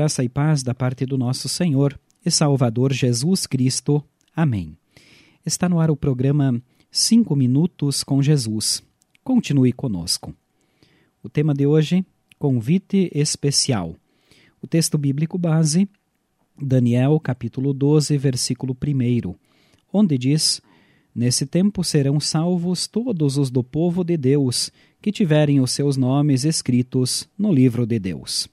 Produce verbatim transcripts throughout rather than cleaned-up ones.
Graça e paz da parte do nosso Senhor e Salvador Jesus Cristo. Amém. Está no ar o programa Cinco Minutos com Jesus. Continue conosco. O tema de hoje, convite especial. O texto bíblico base, Daniel, capítulo doze, versículo um, onde diz: Nesse tempo serão salvos todos os do povo de Deus que tiverem os seus nomes escritos no livro de Deus.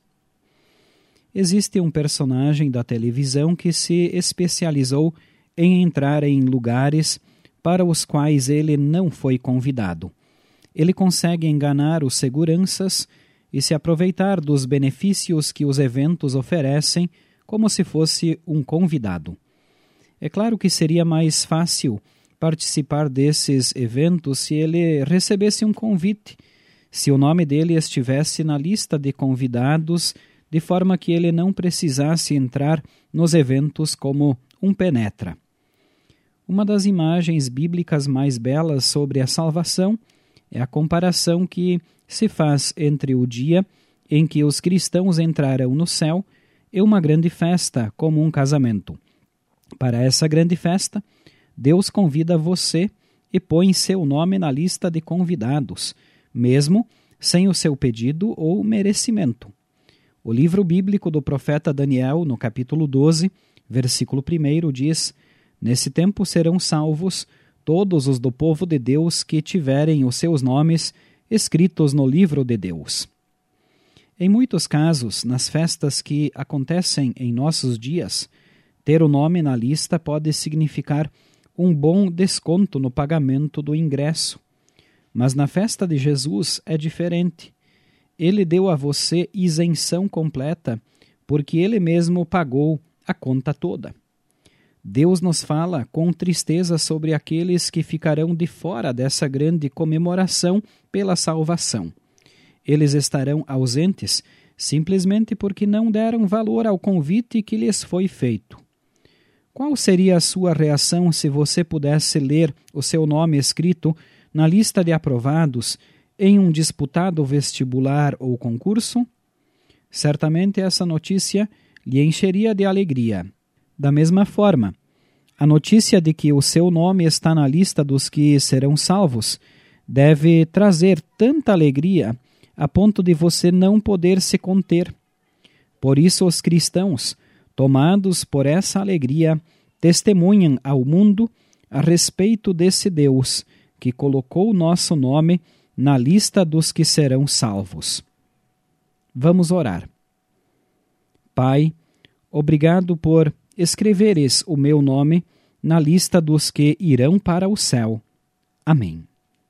Existe um personagem da televisão que se especializou em entrar em lugares para os quais ele não foi convidado. Ele consegue enganar os seguranças e se aproveitar dos benefícios que os eventos oferecem como se fosse um convidado. É claro que seria mais fácil participar desses eventos se ele recebesse um convite, se o nome dele estivesse na lista de convidados, de forma que ele não precisasse entrar nos eventos como um penetra. Uma das imagens bíblicas mais belas sobre a salvação é a comparação que se faz entre o dia em que os cristãos entrarão no céu e uma grande festa, como um casamento. Para essa grande festa, Deus convida você e põe seu nome na lista de convidados, mesmo sem o seu pedido ou merecimento. O livro bíblico do profeta Daniel, no capítulo doze, versículo um, diz: Nesse tempo serão salvos todos os do povo de Deus que tiverem os seus nomes escritos no livro de Deus. Em muitos casos, nas festas que acontecem em nossos dias, ter o nome na lista pode significar um bom desconto no pagamento do ingresso. Mas na festa de Jesus é diferente. Ele deu a você isenção completa, porque Ele mesmo pagou a conta toda. Deus nos fala com tristeza sobre aqueles que ficarão de fora dessa grande comemoração pela salvação. Eles estarão ausentes simplesmente porque não deram valor ao convite que lhes foi feito. Qual seria a sua reação se você pudesse ler o seu nome escrito na lista de aprovados em um disputado vestibular ou concurso? Certamente essa notícia lhe encheria de alegria. Da mesma forma, a notícia de que o seu nome está na lista dos que serão salvos deve trazer tanta alegria a ponto de você não poder se conter. Por isso os cristãos, tomados por essa alegria, testemunham ao mundo a respeito desse Deus que colocou o nosso nome na lista dos que serão salvos. Vamos orar. Pai, obrigado por escreveres o meu nome na lista dos que irão para o céu. Amém.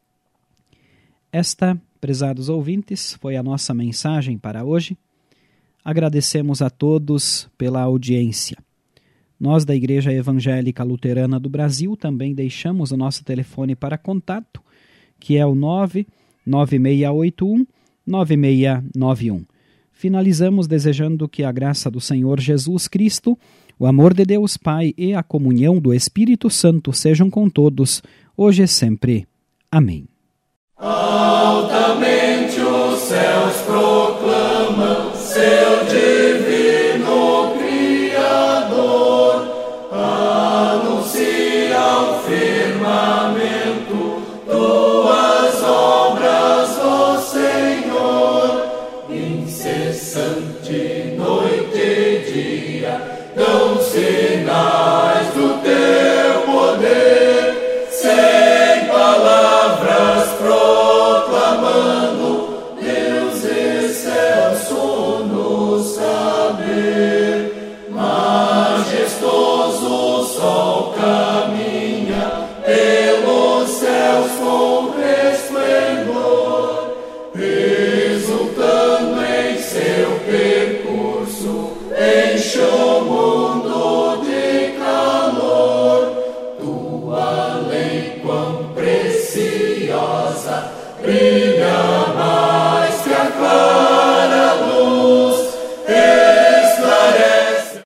Esta, prezados ouvintes, foi a nossa mensagem para hoje. Agradecemos a todos pela audiência. Nós da Igreja Evangélica Luterana do Brasil também deixamos o nosso telefone para contato, que é o nove nove seis oito um nove seis nove um. Finalizamos desejando que a graça do Senhor Jesus Cristo, o amor de Deus Pai e a comunhão do Espírito Santo sejam com todos, hoje e sempre. Amém. Altamente os céus proclamam seu divino Criador, anuncia ao firmamento tuas obras, ó Senhor, incessante noite e dia, dão sinais do teu poder, sem palavras proclamando Deus excelso no saber. Majestoso o sol caminha pelos céus com resplendor, exultando em seu percurso, em chão